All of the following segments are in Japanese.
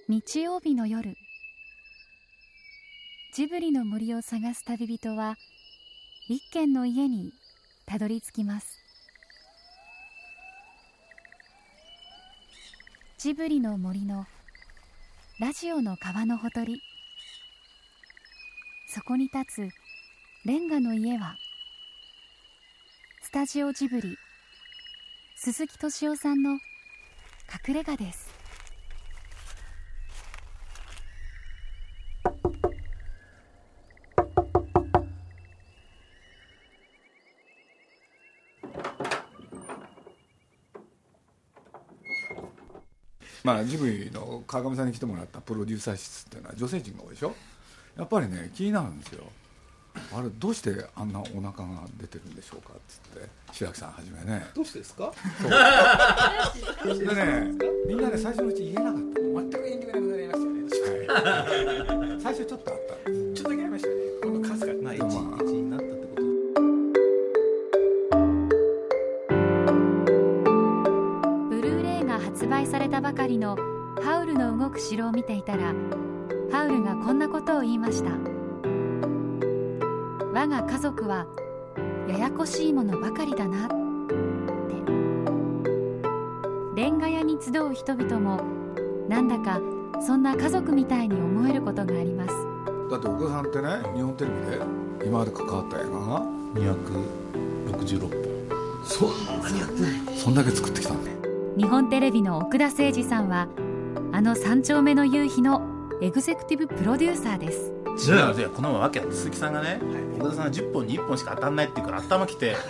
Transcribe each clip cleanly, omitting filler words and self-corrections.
日曜日の夜、ジブリの森を探す旅人は一軒の家にたどり着きます。ジブリの森のラジオの川のほとり、そこに立つレンガの家はスタジオジブリ鈴木敏夫さんの隠れ家です。 ジブリの川上さんに来てもらったプロデューサー室っていうのは女性陣が多いでしょ。やっぱりね気になるんですよ。あれどうしてあんなお腹が出てるんでしょうかっつって白木さんはじめね。 どうしてですか。 そうでね、みんなね最初のうち言えなかったの。全く演技がなくなりましたよね。最初ちょっとあったんです。ちょっとだけありましたよね。この数が1になったってこと。 ブルーレイが発売されたばかりのハウルの動く城を見ていたら、ハウルがこんなことを言いました。我が家族はややこしいものばかりだなって。レンガ屋に集う人々もなんだかそんな家族みたいに思えることがあります。 だって奥田さんってね、日本テレビで今まで関わった映画が 266本。そんなにやってない。 そんだけ作ってきたんで。 日本テレビの奥田誠二さんはあの三丁目の夕日のエグゼクティブプロデューサーです。 じゃあこのわけは鈴木さんがね、奥田さんが10本に1本しか当たんないっていうから頭きて、ね、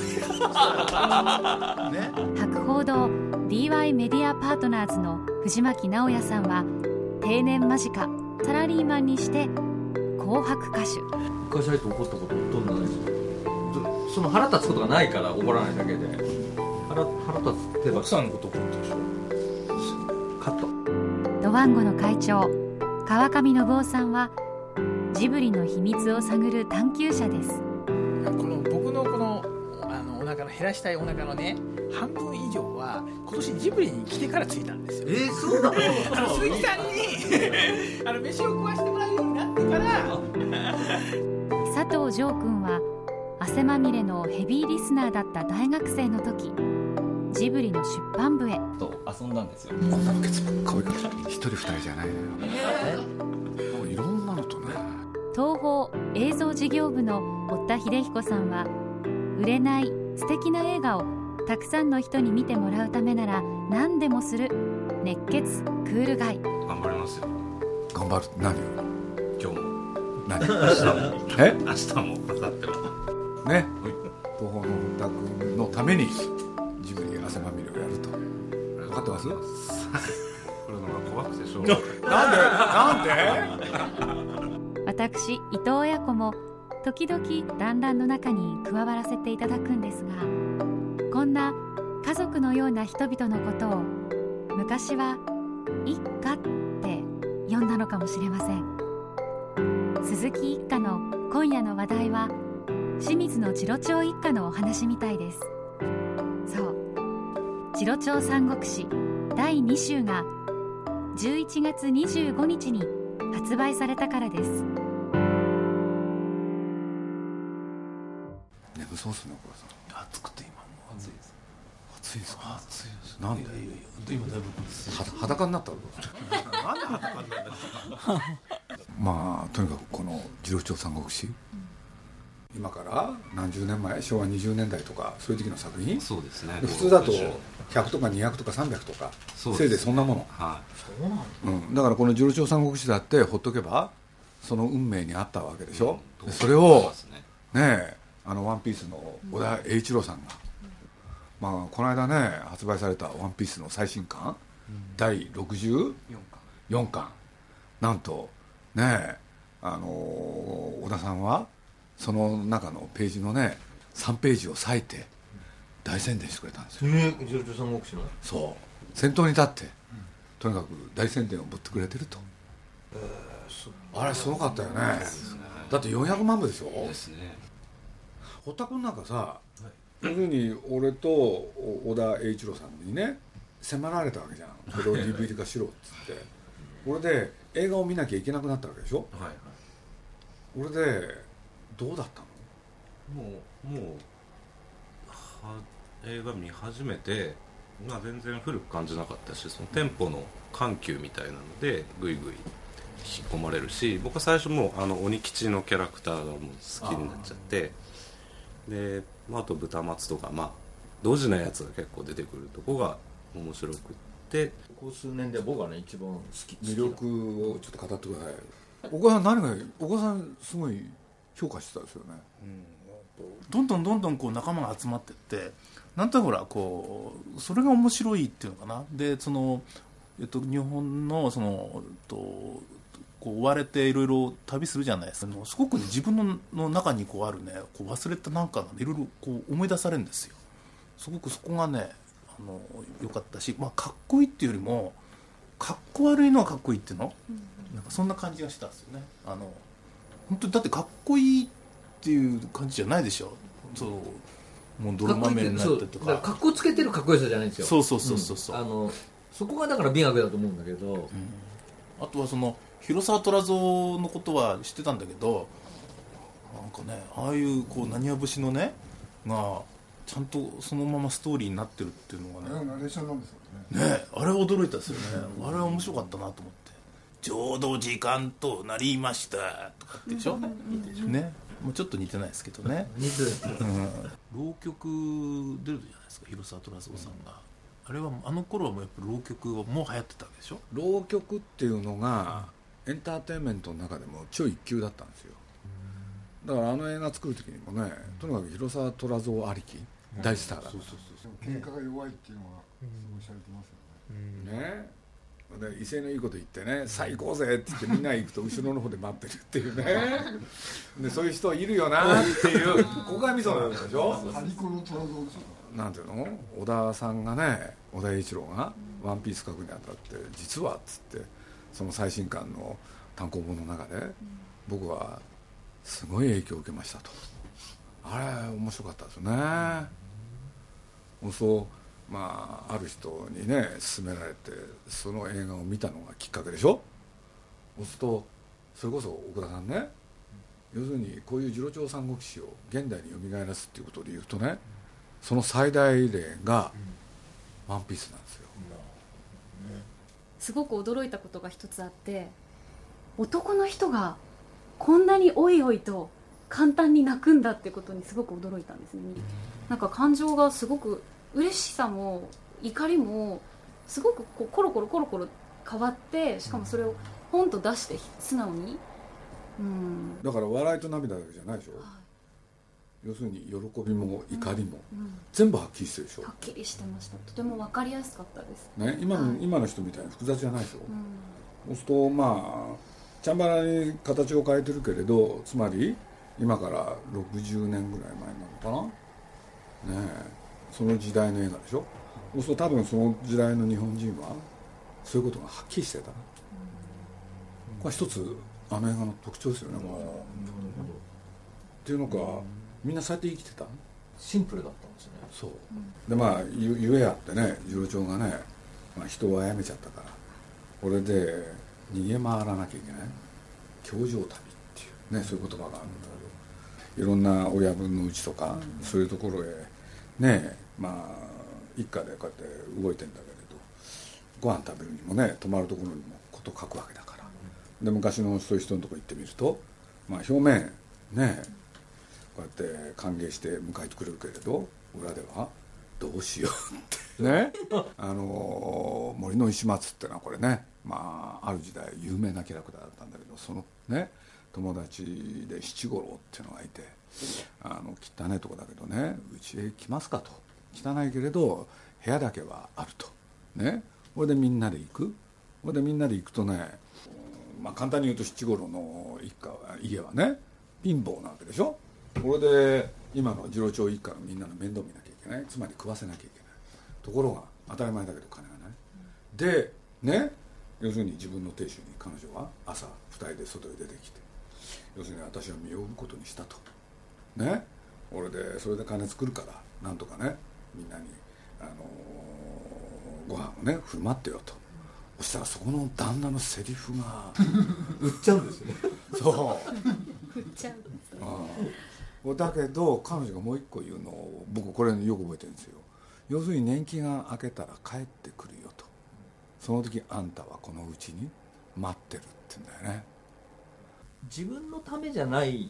博報堂 DY メディアパートナーズの藤巻直也さんは定年間近サラリーマンにして紅白歌手。 昔入って怒ったことどんなのですか。その腹立つことがないから怒らないだけで、腹立つって奥さんのこと怒ってるでしょ。 カット。 ドワンゴの会長川上信夫さんはジブリの秘密を探る探求者です。 僕のお腹の減らしたいお腹のね半分以上は今年ジブリに来てからついたんですよ。 そうだ鈴木さんに飯を食わしてもらうようになってから。 佐藤城君は汗まみれのヘビーリスナーだった大学生の時、ジブリの出版部へと遊んだんですよ。 こんなのケツばっかり一人二人じゃないのよ。いろんなのとね。 東宝映像事業部の堀田秀彦さんは、売れない素敵な映画をたくさんの人に見てもらうためなら何でもする熱血クールガイ。 頑張りますよ。 頑張る。何を。 今日も何。 明日も明日も明後日もね。東宝の堀田君のためにジブリ汗まみれをやると。分かってます。 これのが怖くてしょうなんで私伊藤綾子も時々団らんの中に加わらせていただくんですが、こんな家族のような人々のことを昔は一家って呼んだのかもしれません。鈴木一家の今夜の話題は清水のチロチョウ一家のお話みたいです。そう、チロチョウ三国志第2集が11月25日に発売されたからです。 眠そうっすね、これさん。 暑くて今もう暑いです。 暑いですか。 暑いです。 なんで。 今だいぶ裸になったの。 なんで裸になるんですか。 とにかくこの次郎長三国志、今から何十年前、昭和20年代とかそういう時の作品。 そうですね。 普通だと100とか200とか300とかせいでそんなもの。 はだからこの次郎長三国志だってほっとけばその運命にあったわけでしょ。それをね、ワンピースの小田栄一郎さんが、この間ね発売されたワンピースの最新刊、第64巻、なんとね、小田さんはその中のページのね3ページを割いて大宣伝してくれたんですよ。 次郎長三国志のそう先頭に立って、とにかく大宣伝をぶってくれてると。あれすごかったよね。だって400万部でしょ。 ですね。 堀田君なんかさ、要するに俺と小田栄一郎さんにね迫られたわけじゃん。これを DVD 化しろっつって俺で映画を見なきゃいけなくなったわけでしょ。 はいはい。 俺でどうだったの？ もう映画見始めて、まあ、全然古く感じなかったし、そのテンポの緩急みたいなのでぐいぐい引き込まれるし、僕は最初もう鬼吉のキャラクターがもう好きになっちゃって、で、まあ、あと豚松とか、まあ、ドジなやつが結構出てくるとこが面白くって、 ここ数年で僕はね一番好き魅力をちょっと語ってください。お母さん何がお母さんすごい評価してたんですよね。 どんどんこう仲間が集まってってなんとなくほらこうそれが面白いっていうのかな。でその、日本のその、こう追われていろいろ旅するじゃないですか。すごくね自分の中にこうあるねこう忘れたなんかがいろいろこう思い出されるんですよ。すごくそこがね良かったし、まあ、かっこいいっていうよりもかっこ悪いのはかっこいいっていうの、なんかそんな感じがしたんですよね。本当にだってかっこいいっていう感じじゃないでしょ。そうもう泥まみれになってとかかっこつけてるかっこよさじゃないんですよ。 そう、 そこがだから美学だと思うんだけど、 あとはその広沢虎蔵のことは知ってたんだけど、なんかねああいうこう浪花節のねがちゃんとそのままストーリーになってるっていうのがね、 ナレーションなんですよね。 ね、あれは驚いたですよね。あれは面白かったなと思って、ちょうど時間となりましたとかってでしょ、ね、もうちょっと似てないですけどね。 似てる、 浪曲出るじゃないですか広沢虎蔵さんが、あれはあの頃はもうやっぱ浪曲はもう流行ってたわけでしょ。 浪曲っていうのが、エンターテインメントの中でも超一級だったんですよ。だからあの映画作る時にもね、とにかく広沢虎蔵ありき、大スターだった。 喧嘩が弱いっていうのがおっしゃれてますよね。 ね、で威勢のいいこと言ってね、さあ行こうぜって言ってみんな行くと後ろの方で待ってるっていうねでそういう人いるよなっていうここがミソなんでしょ。 ハリコの虎像ですよ。 なんていうの、小田さんがね、小田栄一郎がワンピース書くにあたって実はっつってその最新刊の単行本の中で僕はすごい影響を受けましたと。あれ面白かったですよね。そうまあある人にね勧められてその映画を見たのがきっかけでしょ。そうするとそれこそ奥田さんね、要するにこういう次郎長三国志を現代によみがえらすっていうことで言うとね、その最大例がワンピースなんですよ。 すごく驚いたことが一つあって、男の人がこんなにおいおいと簡単に泣くんだってことにすごく驚いたんですね。なんか感情がすごく嬉しさも怒りもすごくこうコロコロ変わって、しかもそれをポンと出して素直に、 だから笑いと涙だけじゃないでしょ、要するに喜びも怒りも、全部はっきりしてるでしょ。 はっきりしてました。とても分かりやすかったです、 ね、今の人みたいに複雑じゃないでしょ、そうするとまあチャンバラに形を変えてるけれど、つまり今から60年ぐらい前なのかな、ねえ、その時代の映画でしょ。そうすると多分その時代の日本人はそういうことがはっきりしてた、これは一つあの映画の特徴ですよね。っていうのか、みんなそうやって生きてた、 シンプルだったんですね。 そうでまあゆえあってね、次郎長がね、まあ、人を殺めちゃったからこれで逃げ回らなきゃいけない教場旅っていうね、そういう言葉があるんだけど、いろんな親分のうちとか、そういうところへね、まあ一家でこうやって動いてんだけれど、ご飯食べるにもね、泊まるところにもこと書くわけだから、で昔のそういう人のとこ行ってみると、まあ表面ねこうやって歓迎して迎えてくれるけれど、裏ではどうしようってね森の石松ってのはこれね、まあある時代有名なキャラクターだったんだけど、そのね友達で七五郎っていうのがいて、汚いとこだけどね、うちへ来ますかと、汚いけれど部屋だけはあるとね、これでみんなで行く、これでみんなで行くとね、まあ簡単に言うと七五郎の家はね貧乏なわけでしょ。これで今の次郎長一家のみんなの面倒見なきゃいけない、つまり食わせなきゃいけないところが当たり前だけど金がない、でね、要するに自分の亭主に彼女は朝2人で外へ出てきて、要するに私は身を売ることにしたとね、俺でそれで金作るからなんとかねみんなにご飯をね振る舞ってよと、 そしたらそこの旦那のセリフが売っちゃうんですよね。 そう売っちゃうだけど彼女がもう一個言うのを僕これよく覚えてるんですよ。要するに年季が明けたら帰ってくるよと、その時あんたはこのうちに待ってるって言うんだよね。 自分のためじゃない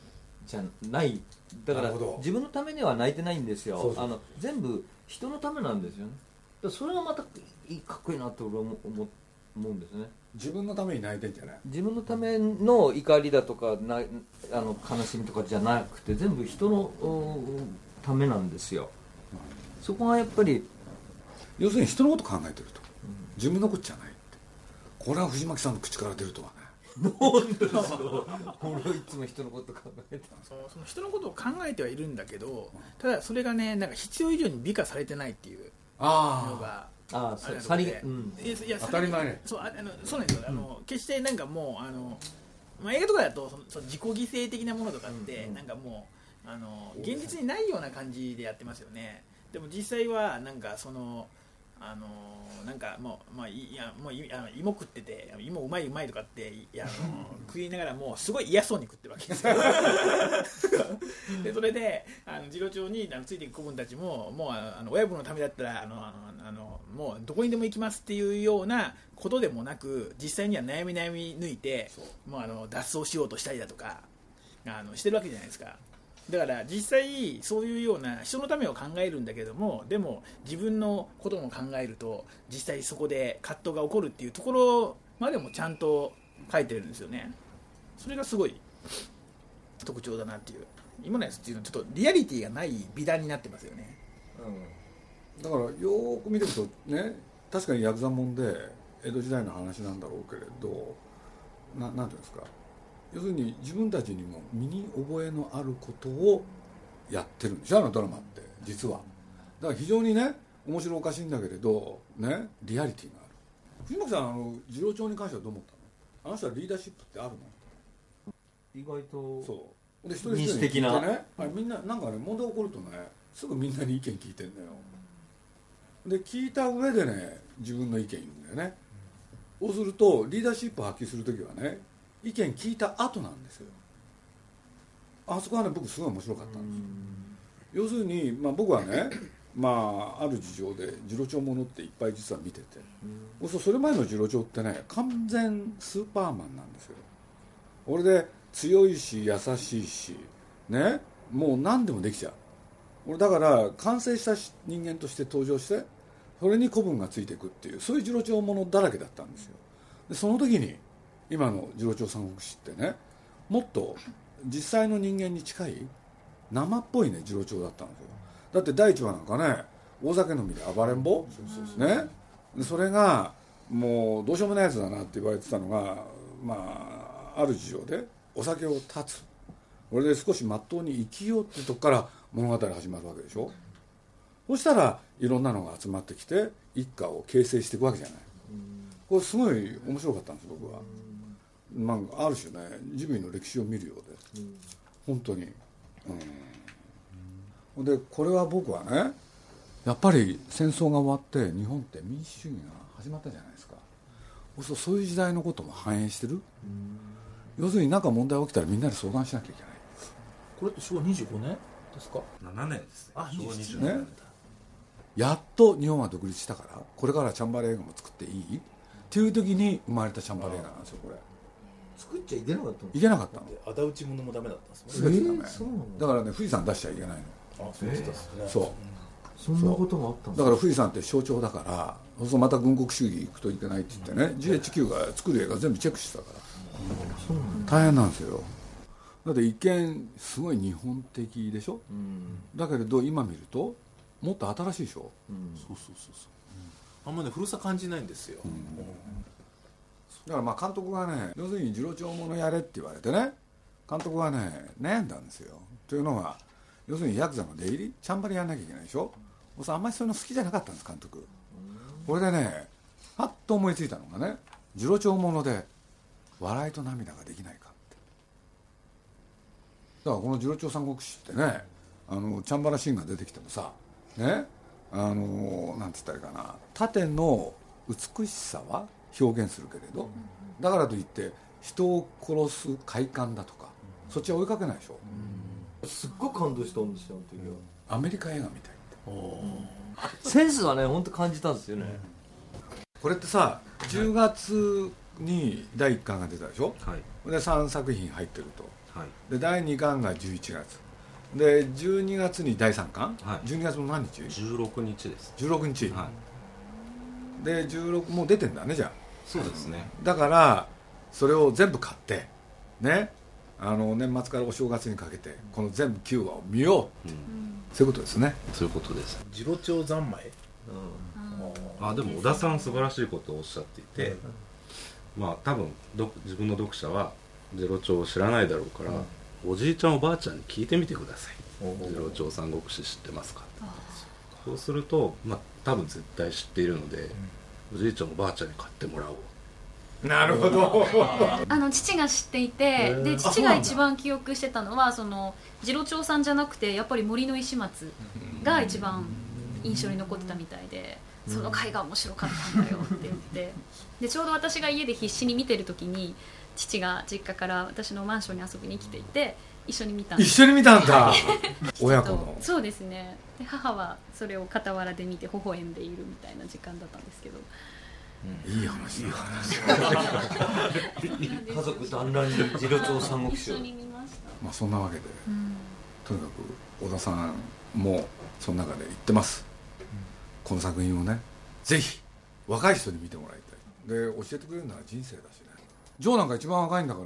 だから自分のためには泣いてないんですよ。 そう全部人のためなんですよね。だからそれがまたかっこいいなって俺は思うんですね。 自分のために泣いてんじゃない。 自分のための怒りだとか悲しみとかじゃなくて全部人のためなんですよ。そこがやっぱり要するに人のこと考えてると、自分のことじゃないって。これは藤巻さんの口から出るとはね。 なんでですよ。俺はいつも人のこと考えてその人のことを考えてはいるんだけど、ただそれがねなんか必要以上に美化されてないっていうのが当たり前ね。 そうなんですよ。決してなんかもう映画とかだと自己犠牲的なものとかって、なんかもう現実にないような感じでやってますよね。でも実際はなんかなんかもう芋食ってて芋うまいうまいとかって食いながらもうすごい嫌そうに食ってるわけですよでそれで次郎長についていく子分たちももう親分のためだったらもうどこにでも行きますっていうようなことでもなく、実際には悩み抜いてもう脱走しようとしたりだとかしてるわけじゃないですか。だから実際そういうような人のためを考えるんだけども、でも自分のことも考えると実際そこで葛藤が起こるっていうところまでもちゃんと書いてるんですよね。それがすごい特徴だなっていう。今のやつっていうのはちょっとリアリティがない美談になってますよね。 だからよーく見てるとね、確かにヤクザもんで江戸時代の話なんだろうけれど、なんていうんですか、要するに自分たちにも身に覚えのあることをやってるんでしょ、ドラマって実は。だから非常にね面白おかしいんだけれどね、リアリティがある。藤巻さん次郎長に関してはどう思ったの？あの人はリーダーシップってあるの？ 意外とそうで一人一人に聞いてね、みんななんかね問題起こるとねすぐみんなに意見聞いてんだよ。で聞いた上でね自分の意見言うんだよね。そうするとリーダーシップを発揮するときはね意見聞いた後なんですよ。あそこはね僕すごい面白かったんですよ。要するに、僕はねある事情で次郎長ものっていっぱい実は見てて、それ前の次郎長ってね完全スーパーマンなんですよ。俺で強いし優しいしね、もう何でもできちゃう。俺だから完成した人間として登場してそれに子分がついていくっていう、そういう次郎長ものだらけだったんですよ。でその時に今の次郎長三国志ってねもっと実際の人間に近い生っぽいね次郎長だったんですよ。だって第一話なんかね大酒飲みで暴れん坊ね、でそれがもうどうしようもないやつだなって言われてたのがある事情でお酒を断つ、これで少しまっとうに生きようってとこから物語始まるわけでしょ。そしたらいろんなのが集まってきて一家を形成していくわけじゃない。これすごい面白かったんです僕は。ある種ねジブリの歴史を見るようで本当に、でこれは僕はねやっぱり戦争が終わって日本って民主主義が始まったじゃないですか。そういう時代のことも反映してる。要するに何か問題が起きたらみんなで相談しなきゃいけない。 これって昭和25年ですか ？7年ですね。 昭和27 年ね。やっと日本は独立したからこれからチャンバラ映画も作っていいっていう時に生まれたチャンバラ映画なんですよ。これ作っちゃいけなかったの？ いけなかったの。 仇討ち物もダメだったんですもんね。 全てダメ。だからね富士山出しちゃいけないの。 そうですね。 そんなことがあったんだから富士山って象徴だから、そうまた軍国主義行くといけないって言ってね、GHQ が作る映画全部チェックしてたから大変なんですよ。だって一見すごい日本的でしょ、だけれど今見るともっと新しいでしょ、 そうあんまね古さ感じないんですよ、 だから監督がね要するに次郎長ものやれって言われてね監督がね悩んだんですよ。というのが要するにヤクザの出入りチャンバラやんなきゃいけないでしょ。あんまりそういうの好きじゃなかったんです監督。これでねはっと思いついたのがね次郎長もので笑いと涙ができないかって。だからこの次郎長三国志ってねチャンバラシーンが出てきてもさねなんつったらいいかな、縦の美しさは表現するけれど、だからといって人を殺す快感だとか、そっちは追いかけないでしょ。 すっごく感動したんですよ、あの時は。 アメリカ映画みたいってセンスはね本当感じたんですよね。 これってさ、10月に第1巻が出たでしょ、 はい、 で3作品入ってると、 はい、 で第2巻が11月で12月に第3巻、 はい、 12月の何日 ？16日です。 16日、 はい、 で16もう出てんだね。じゃあそうですね。 だからそれを全部買ってね、年末からお正月にかけてこの全部9話を見よう、そういうことですね。 そういうことです。 次郎長三昧、 でも小田さん素晴らしいことをおっしゃっていて、多分自分の読者は次郎長を知らないだろうから、おじいちゃんおばあちゃんに聞いてみてください。次郎長三国志知ってますか？そうすると、多分絶対知っているので、おじいちゃんおばあちゃんに買ってもらおう。 なるほど。 父が知っていて、で父が一番記憶してたのはその次郎長さんじゃなくてやっぱり森の石松が一番印象に残ってたみたいで、その回が面白かったんだよって言って、でちょうど私が家で必死に見てる時に父が実家から私のマンションに遊びに来ていて一緒に見たんです。 一緒に見たんだ親子の。 そうですね。で母はそれを傍らで見て微笑んでいるみたいな時間だったんですけど、 いい話だ。 家族団らんに次郎長三国志を一緒に見ました。 そんなわけで、とにかく小田さんもその中で言ってます、この作品をねぜひ若い人に見てもらいたいで、教えてくれるのは人生だしね。ジョーなんか一番若いんだから、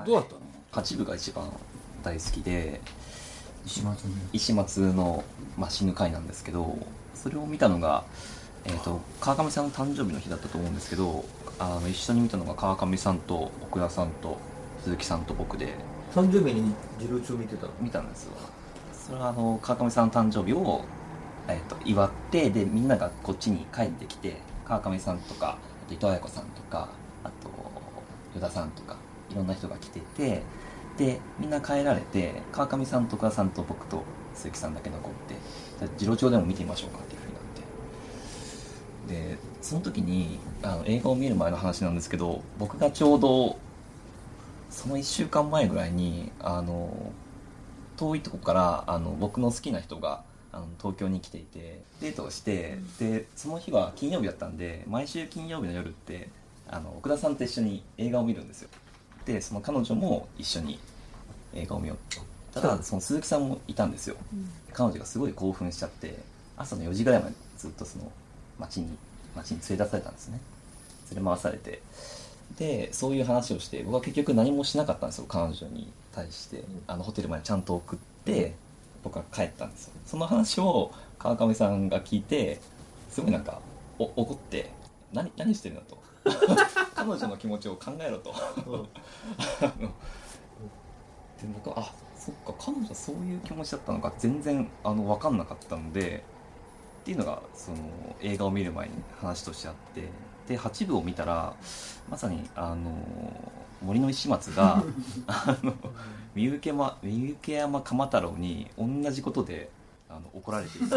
どうだったの 8部が一番大好きで、 石松の、死ぬ回なんですけど、それを見たのが、川上さんの誕生日の日だったと思うんですけど、一緒に見たのが川上さんと奥田さんと鈴木さんと僕で。 誕生日に次郎長見たんですよ。それは川上さんの誕生日を、祝って、でみんながこっちに帰ってきて、川上さんとか伊藤綾子さんとかあと依田さんとかいろんな人が来てて、でみんな帰られて川上さんと奥田さんと僕と鈴木さんだけ残って、じゃあ次郎長でも見てみましょうかっていうふうになって、でその時に映画を見る前の話なんですけど、僕がちょうどその1週間前ぐらいに遠いとこから僕の好きな人が東京に来ていてデートをして、でその日は金曜日だったんで、毎週金曜日の夜って奥田さんと一緒に映画を見るんですよ。でその彼女も一緒に映画を見ようと。ただその鈴木さんもいたんですよ、彼女がすごい興奮しちゃって、朝の4時ぐらいまでずっとその街に連れ出されたんですね。連れ回されて、でそういう話をして、僕は結局何もしなかったんですよ。彼女に対してホテルまでちゃんと送って僕は帰ったんですよ。その話を川上さんが聞いて、すごい怒って何してるんだと彼女の気持ちを考えろとで僕はそっか、彼女はそういう気持ちだったのか全然分かんなかったのでっていうのがその映画を見る前に話としてあって、で8部を見たらまさに森の石松が三受山鎌太郎に同じことで怒られている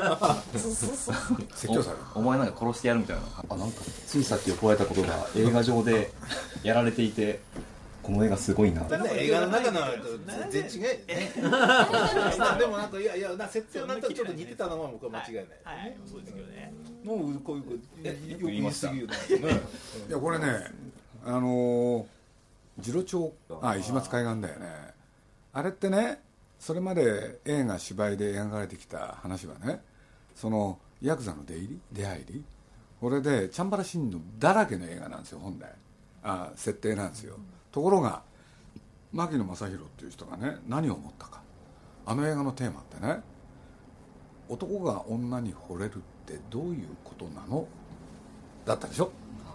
お前なんか殺してやるみたいな、なんかついさっき怒られたことが映画上でやられていて、この映画すごいな。 映画の中の全然違うよね。でもなんかいや設定はなんかちょっと似てたのは僕は間違いない。 はい、そうですけどね。 もうこういうこと言い過ぎるね。 いやこれね次郎長石松海岸だよね。あれってね、それまで映画芝居で描かれてきた話はね、そのヤクザの出会いこれでチャンバラシーンのだらけの映画なんですよ本来。設定なんですよ。ところが牧野正弘っていう人がね何を思ったか、映画のテーマってね、男が女に惚れるってどういうことなのだったでしょ。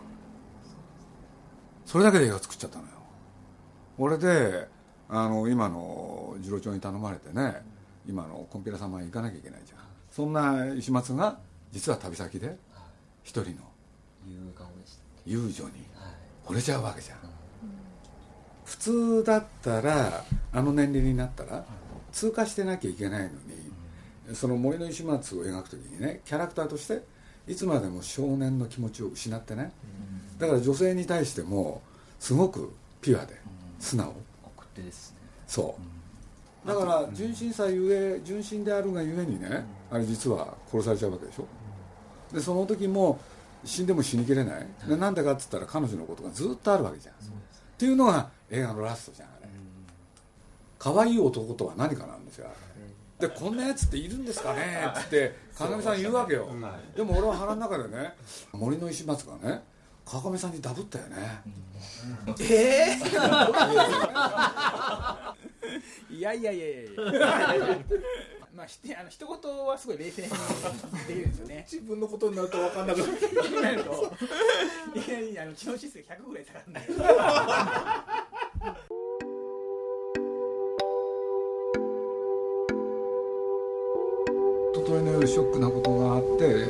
それだけで映画作っちゃったのよ。これで今の次郎長に頼まれてね、今のコンピラ様に行かなきゃいけないじゃん。そんな石松が実は旅先で一人の遊女に惚れちゃうわけじゃん。普通だったら年齢になったら通過してなきゃいけないのに、その森の石松を描くときにね、キャラクターとしていつまでも少年の気持ちを失ってね、だから女性に対してもすごくピュアで素直、 送ってですね。 そう、だから純真さゆえ、純真であるがゆえにね、あれ実は殺されちゃうわけでしょ。でその時も死んでも死にきれない、でなんでかっつったら彼女のことがずっとあるわけじゃん、っていうのが映画のラストじゃん。あれ可愛い男とは何かなんですよ。でこんなやつっているんですかねっつって川上さん言うわけよ、でも俺は腹の中でね、森の石松がね川上さんにダブったよね、 いやまあ一言はすごい冷静にできるんですよね。 自分のことになると分かんなくなるといきなり知能指数100ぐらい下がるんだよ。 一昨日の夜ショックなことがあって、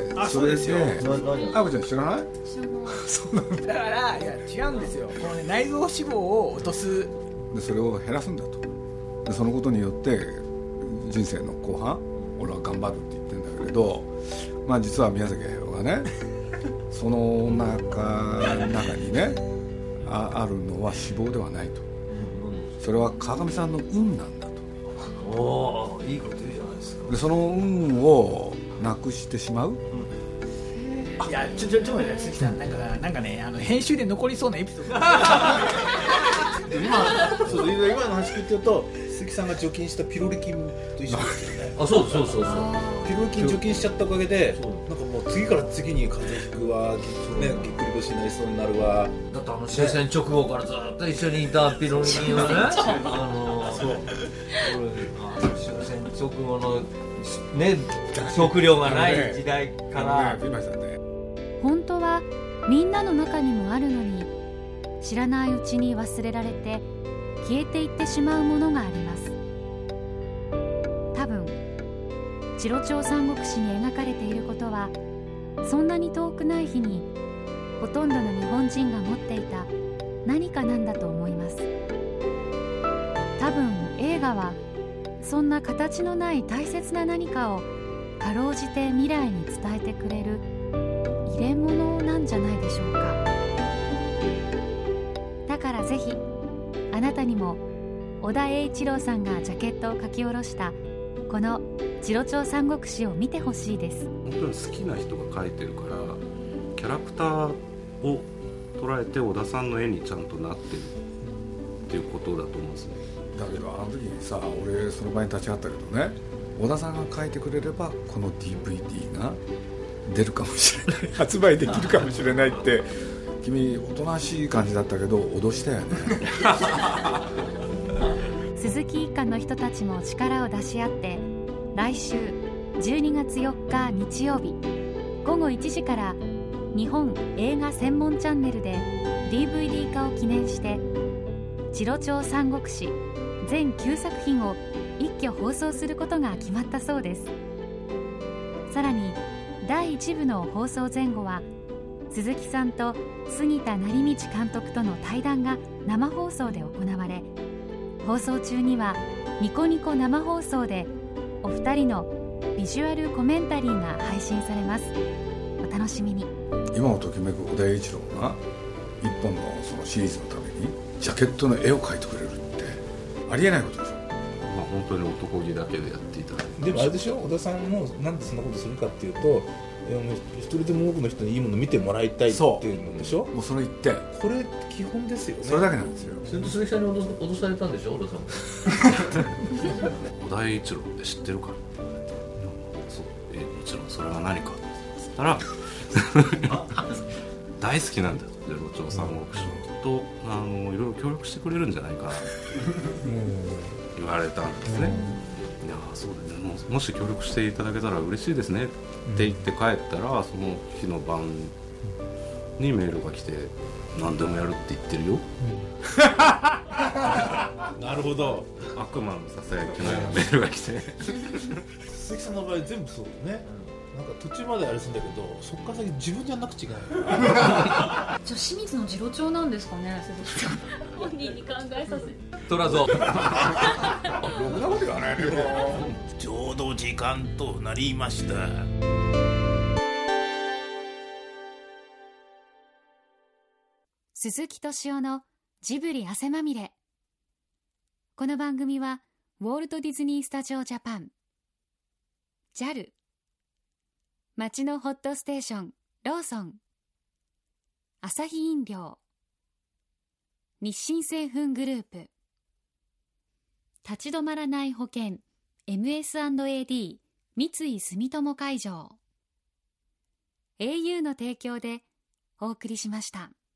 それであこちゃん知らない？そうなんだ。 だからいや違うんですよ、この、ね、内臓脂肪を落とすで、それを減らすんだと。でそのことによって人生の後半俺は頑張るって言ってるんだけれど、まあ実は宮崎駿がねその中にね あるのは脂肪ではないと、それは川上さんの運なんだと。 おー、いいこと言うじゃないですか。 でその運をなくしてしまう、 いやちょっと待って鈴木さん、なんかね編集で残りそうなエピソード今の話聞いてると鈴木さんが除菌したピロリ菌と一緒ですよね。 あ、そうピロリ菌除菌しちゃったおかげでなんかもう次から次に風邪ひくわ、ね、ぎっくり腰になりそうにななるわ。 だって終戦直後からずっと一緒にいたピロリ菌をねそう終戦直後のね食料がない時代から本当はみんなの中にもあるのに知らないうちに忘れられて消えていってしまうものがあります。多分チロチョウ三国志に描かれていることはそんなに遠くない日にほとんどの日本人が持っていた何かなんだと思います。多分映画はそんな形のない大切な何かをかろうじて未来に伝えてくれる入れ物なんじゃないでしょうか。だからぜひあなたにも尾田栄一郎さんがジャケットを書き下ろしたこのチロチョウ三国志を見てほしいです。 本当に好きな人が描いてるからキャラクターを捉えて尾田さんの絵にちゃんとなってるっていうことだと思うんですね。 だけどあの時にさ、俺その場に立ち会ったけどね、尾田さんが書いてくれればこの DVD が出るかもしれない発売できるかもしれないって君おとなしい感じだったけど脅したよね鈴木一家の人たちも力を出し合って来週12月4日日曜日午後1時から日本映画専門チャンネルで DVD 化を記念してチロチョウ三国志全9作品を一挙放送することが決まったそうです。さらに第1部の放送前後は鈴木さんと杉田成道監督との対談が生放送で行われ、放送中にはニコニコ生放送でお二人のビジュアルコメンタリーが配信されます。お楽しみに。 今をときめく小田栄一郎が一本のそのシリーズのためにジャケットの絵を描いてくれるってありえないことでしょ。 まあ本当に男気だけでやっていただいて、 でもあれでしょ、小田さんもなんでそんなことするかっていうと一人でも多くの人にいいものを見てもらいたいっていうのでしょ。 もうそれ言ってこれ基本ですよね。 それだけなんですよ。 それと鈴木さんに脅されたんでしょ、小田さんも小田栄一郎って知ってるから、そうもちろんそれは何かって言ったら大好きなんだよチロチョウ三国志といろいろ協力してくれるんじゃないかなって言われたんですね。いやそうだね、もし協力していただけたら嬉しいですねって言って帰ったら、その日の晩にメールが来て何でもやるって言ってるよ、 なるほど、 悪魔のささやきのようなメールが来て鈴木さんの場合全部そうだね。なんか途中まであれするんだけど、そっから先自分じゃなく違うじゃあ清水の次郎長なんですかね、鈴木さん本人に考えさせトラゾろくなこと言わないねちょうど時間となりました。 鈴木敏夫のジブリ汗まみれ。この番組はウォルト・ディズニー・スタジオ・ジャパン、JAL、街のホットステーションローソン、アサヒ飲料、日清製粉グループ、立ち止まらない保険 MS&AD 三井住友海上、au の提供でお送りしました。